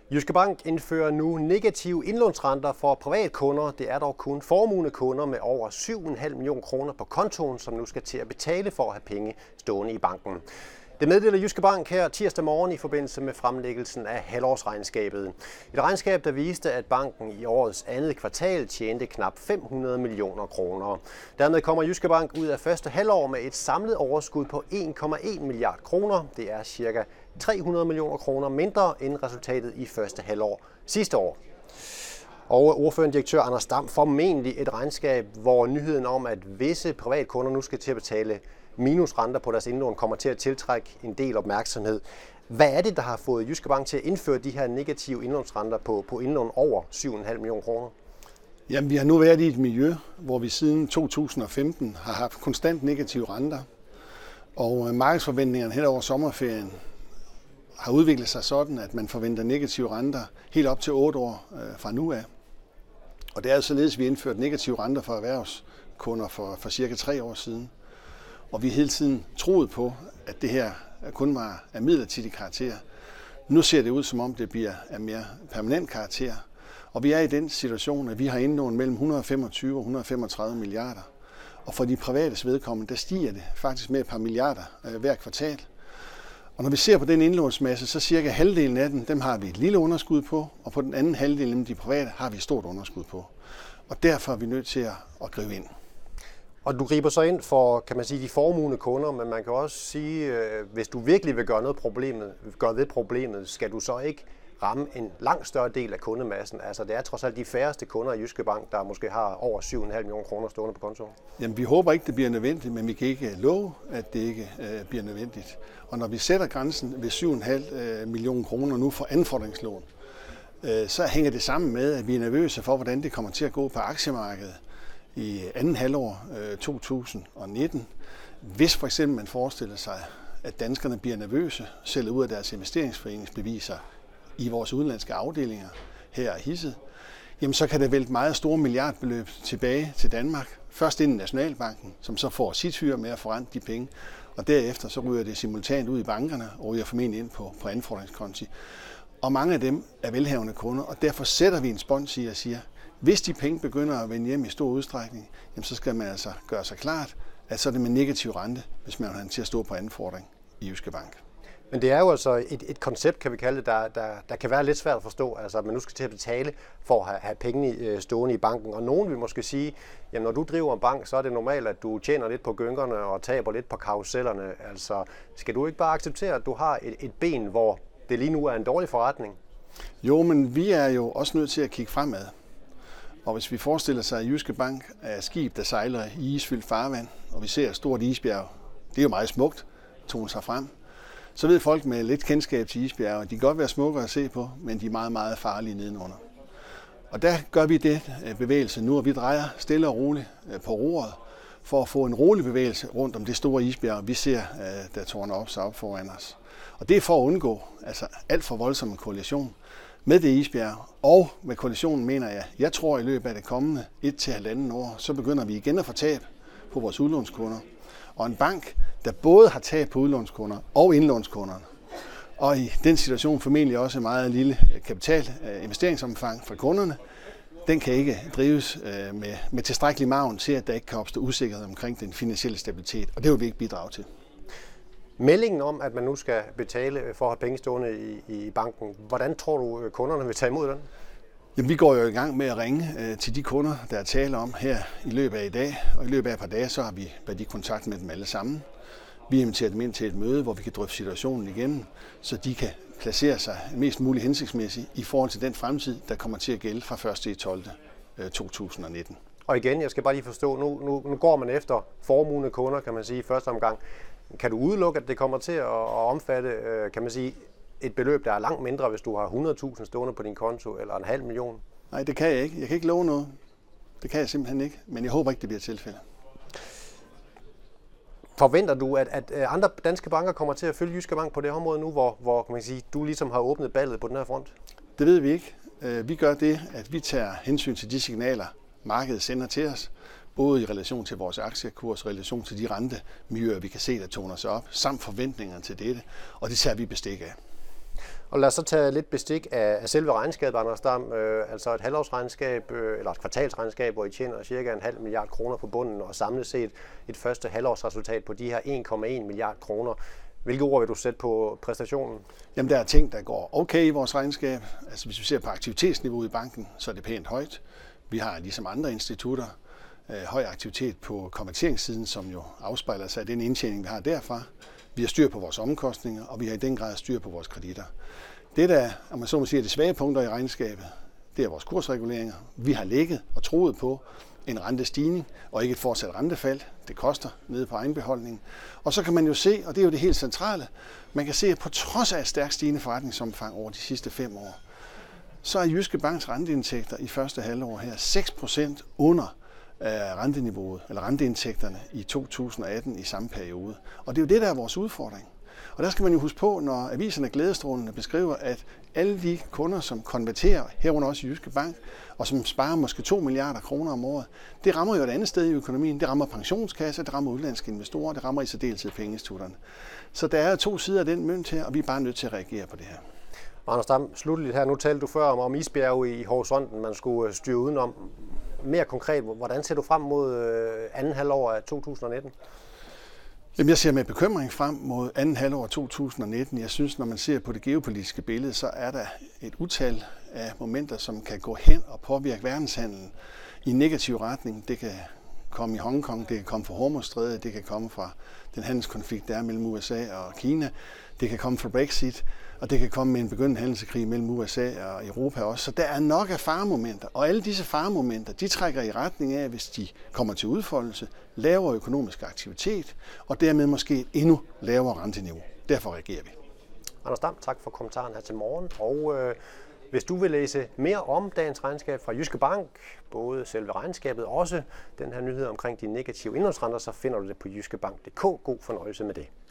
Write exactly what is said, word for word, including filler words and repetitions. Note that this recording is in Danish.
Jyske Bank indfører nu negative indlånsrenter for privatkunder. Det er dog kun formuende kunder med over syv komma fem millioner kroner på kontoen, som nu skal til at betale for at have penge stående i banken. Det meddeler Jyske Bank her tirsdag morgen i forbindelse med fremlæggelsen af halvårsregnskabet. Et regnskab, der viste, at banken i årets andet kvartal tjente knap fem hundrede millioner kroner. Dermed kommer Jyske Bank ud af første halvår med et samlet overskud på en komma en milliard kroner. Det er ca. tre hundrede millioner kroner mindre end resultatet i første halvår sidste år. Og ordførende direktør Anders Dam formentlig et regnskab, hvor nyheden om, at visse privatkunder nu skal til at betale minusrenter på deres indlån, kommer til at tiltrække en del opmærksomhed. Hvad er det, der har fået Jyske Bank til at indføre de her negative indlånsrenter på, på indlån over syv komma fem millioner kroner? Jamen, vi har nu været i et miljø, hvor vi siden to tusind og femten har haft konstant negative renter. Og markedsforventningerne hen over sommerferien har udviklet sig sådan, at man forventer negative renter helt op til otte år fra nu af. Og det er således, at vi indførte negative renter for erhvervskunder for, for cirka tre år siden. Og vi hele tiden troede på, at det her kun var af midlertidig karakter. Nu ser det ud, som om det bliver af mere permanent karakter. Og vi er i den situation, at vi har indlån mellem et hundrede og femogtyve og et hundrede og femogtredive milliarder. Og for de privates vedkommende, der stiger det faktisk med et par milliarder øh, hver kvartal. Og når vi ser på den indlånsmasse, så cirka halvdelen af den, dem har vi et lille underskud på, og på den anden halvdel, nemlig de private, har vi et stort underskud på. Og derfor er vi nødt til at, at gribe ind. Og du griber så ind for, kan man sige, de formuende kunder, men man kan også sige, hvis du virkelig vil gøre noget problemet, gøre ved problemet, skal du så ikke ramme en langt større del af kundemassen. Altså det er trods alt de færreste kunder i Jyske Bank, der måske har over syv komma fem millioner kroner stående på kontoen. Jamen vi håber ikke, det bliver nødvendigt, men vi kan ikke love, at det ikke øh, bliver nødvendigt. Og når vi sætter grænsen ved syv komma fem millioner kroner nu for anfordringslån, øh, så hænger det sammen med, at vi er nervøse for, hvordan det kommer til at gå på aktiemarkedet i anden halvår øh, to tusind og nitten. Hvis for eksempel man forestiller sig, at danskerne bliver nervøse, sælger ud af deres investeringsforeningsbeviser i vores udenlandske afdelinger her i Hisset, jamen så kan det vælte meget store milliardbeløb tilbage til Danmark. Først ind i Nationalbanken, som så får sit hyre med at forrente de penge, og derefter så ryger det simultant ud i bankerne og ryger formentlig ind på, på anfordringskonti. Og mange af dem er velhavende kunder, og derfor sætter vi en spons i og siger, hvis de penge begynder at vende hjem i stor udstrækning, jamen så skal man altså gøre sig klart, at så er det med negativ rente, hvis man har den til at stå på anfordring i Jyske Bank. Men det er jo altså et, et koncept, kan vi kalde det, der, der, der kan være lidt svært at forstå. Altså, at man nu skal til at betale for at have, have penge stående i banken. Og nogen vil måske sige, at når du driver en bank, så er det normalt, at du tjener lidt på gynkerne og taber lidt på karusellerne. Altså, skal du ikke bare acceptere, at du har et, et ben, hvor det lige nu er en dårlig forretning? Jo, men vi er jo også nødt til at kigge fremad. Og hvis vi forestiller sig, at Jyske Bank er et skib, der sejler i isfyldt farvand, og vi ser et stort isbjerg, det er jo meget smukt, toner sig frem, så ved folk med lidt kendskab til isbjerge, at de kan godt være smukke at se på, men de er meget, meget farlige nedenunder. Og der gør vi det bevægelse nu, og vi drejer stille og roligt på roret, for at få en rolig bevægelse rundt om det store isbjerg, vi ser, der tårner op sig op foran os. Og det er for at undgå altså alt for voldsom en kollision med det isbjerg, og med kollisionen mener jeg, jeg tror i løbet af det kommende et til halvanden år, så begynder vi igen at få tab på vores udlånskunder. Og en bank, der både har tab på udlånskunder og indlånskunderne, og i den situation formentlig også en meget lille kapital investeringsomfang fra kunderne, den kan ikke drives med, med tilstrækkelig margen til, at der ikke kan opstå usikkerhed omkring den finansielle stabilitet, og det vil vi ikke bidrage til. Meldingen om, at man nu skal betale for at have penge stående i, i banken, hvordan tror du, kunderne vil tage imod den? Jamen, vi går jo i gang med at ringe øh, til de kunder, der er tale om her i løbet af i dag, og i løbet af et par dage, så har vi været i kontakt med dem alle sammen. Vi inviterer dem ind til et møde, hvor vi kan drøfte situationen igen, så de kan placere sig mest muligt hensigtsmæssigt i forhold til den fremtid, der kommer til at gælde fra første tolvte to tusind og nitten. Og igen, jeg skal bare lige forstå, nu, nu, nu går man efter formuende kunder, kan man sige, i første omgang. Kan du udelukke, at det kommer til at, at omfatte, kan man sige, et beløb, der er langt mindre, hvis du har hundrede tusind stående på din konto, eller en halv million? Nej, det kan jeg ikke. Jeg kan ikke love noget. Det kan jeg simpelthen ikke, men jeg håber ikke, det bliver tilfældet. Forventer du, at, at andre danske banker kommer til at følge Jyske Bank på det område nu, hvor, hvor kan man sige, du ligesom har åbnet ballet på den her front? Det ved vi ikke. Vi gør det, at vi tager hensyn til de signaler, markedet sender til os, både i relation til vores aktiekurs, i relation til de rentemiljøer, vi kan se, der toner sig op, samt forventningerne til dette, og det tager vi bestik af. Og lad os så tage lidt bestik af, af selve regnskabet, Anders Dam. Øh, altså et halvårsregnskab, øh, eller et kvartalsregnskab, hvor I tjener cirka en halv milliard kroner på bunden, og samlet set et første halvårsresultat på de her en komma en milliard kroner. Hvilke ord vil du sætte på præstationen? Jamen, der er ting, der går okay i vores regnskab. Altså, hvis vi ser på aktivitetsniveauet i banken, så er det pænt højt. Vi har ligesom andre institutter øh, høj aktivitet på konverteringssiden, som jo afspejler sig af den indtjening, vi har derfra. Vi har styr på vores omkostninger, og vi har i den grad styr på vores kreditter. Det, der, om man så må sige, er de svage punkter i regnskabet, det er vores kursreguleringer. Vi har ligget og troet på en rentestigning og ikke et fortsat rentefald. Det koster nede på egenbeholdningen. Og så kan man jo se, og det er jo det helt centrale, man kan se, at på trods af stærkt stigende forretningsomfang over de sidste fem år, så er Jyske Banks renteindtægter i første halvår her seks procent under renteniveauet, eller renteindtægterne i to tusind og atten i samme periode. Og det er jo det, der er vores udfordring. Og der skal man jo huske på, når aviserne Glædestrålende beskriver, at alle de kunder, som konverterer, herunder også i Jyske Bank, og som sparer måske to milliarder kroner om året, det rammer jo et andet sted i økonomien. Det rammer pensionskasser, det rammer udenlandske investorer, det rammer i særdeleshed pengeinstitutterne. Så der er to sider af den mønt her, og vi er bare nødt til at reagere på det her. Anders Dam, slutteligt her. Nu talte du før om, om isbjerge i horisonten, man skulle styre udenom. Mere konkret, hvordan ser du frem mod anden halvår af to tusind og nitten? Jamen, jeg ser med bekymring frem mod anden halvår af to tusind og nitten. Jeg synes, når man ser på det geopolitiske billede, så er der et utal af momenter, som kan gå hen og påvirke verdenshandlen i en negativ retning. Det kan komme i Hongkong, det kan komme fra Hormuzstrædet, det kan komme fra den handelskonflikt, der er mellem U S A og Kina, det kan komme fra Brexit, og det kan komme med en begyndende handelskrig mellem U S A og Europa også. Så der er nok af faremomenter, og alle disse faremomenter, de trækker i retning af, hvis de kommer til udfoldelse, lavere økonomisk aktivitet, og dermed måske et endnu lavere renteniveau. Derfor reagerer vi. Anders Dam, tak for kommentaren her til morgen. Og øh, hvis du vil læse mere om dagens regnskab fra Jyske Bank, både selve regnskabet og også den her nyhed omkring de negative indlånsrenter, så finder du det på jyskebank punktum d k. God fornøjelse med det.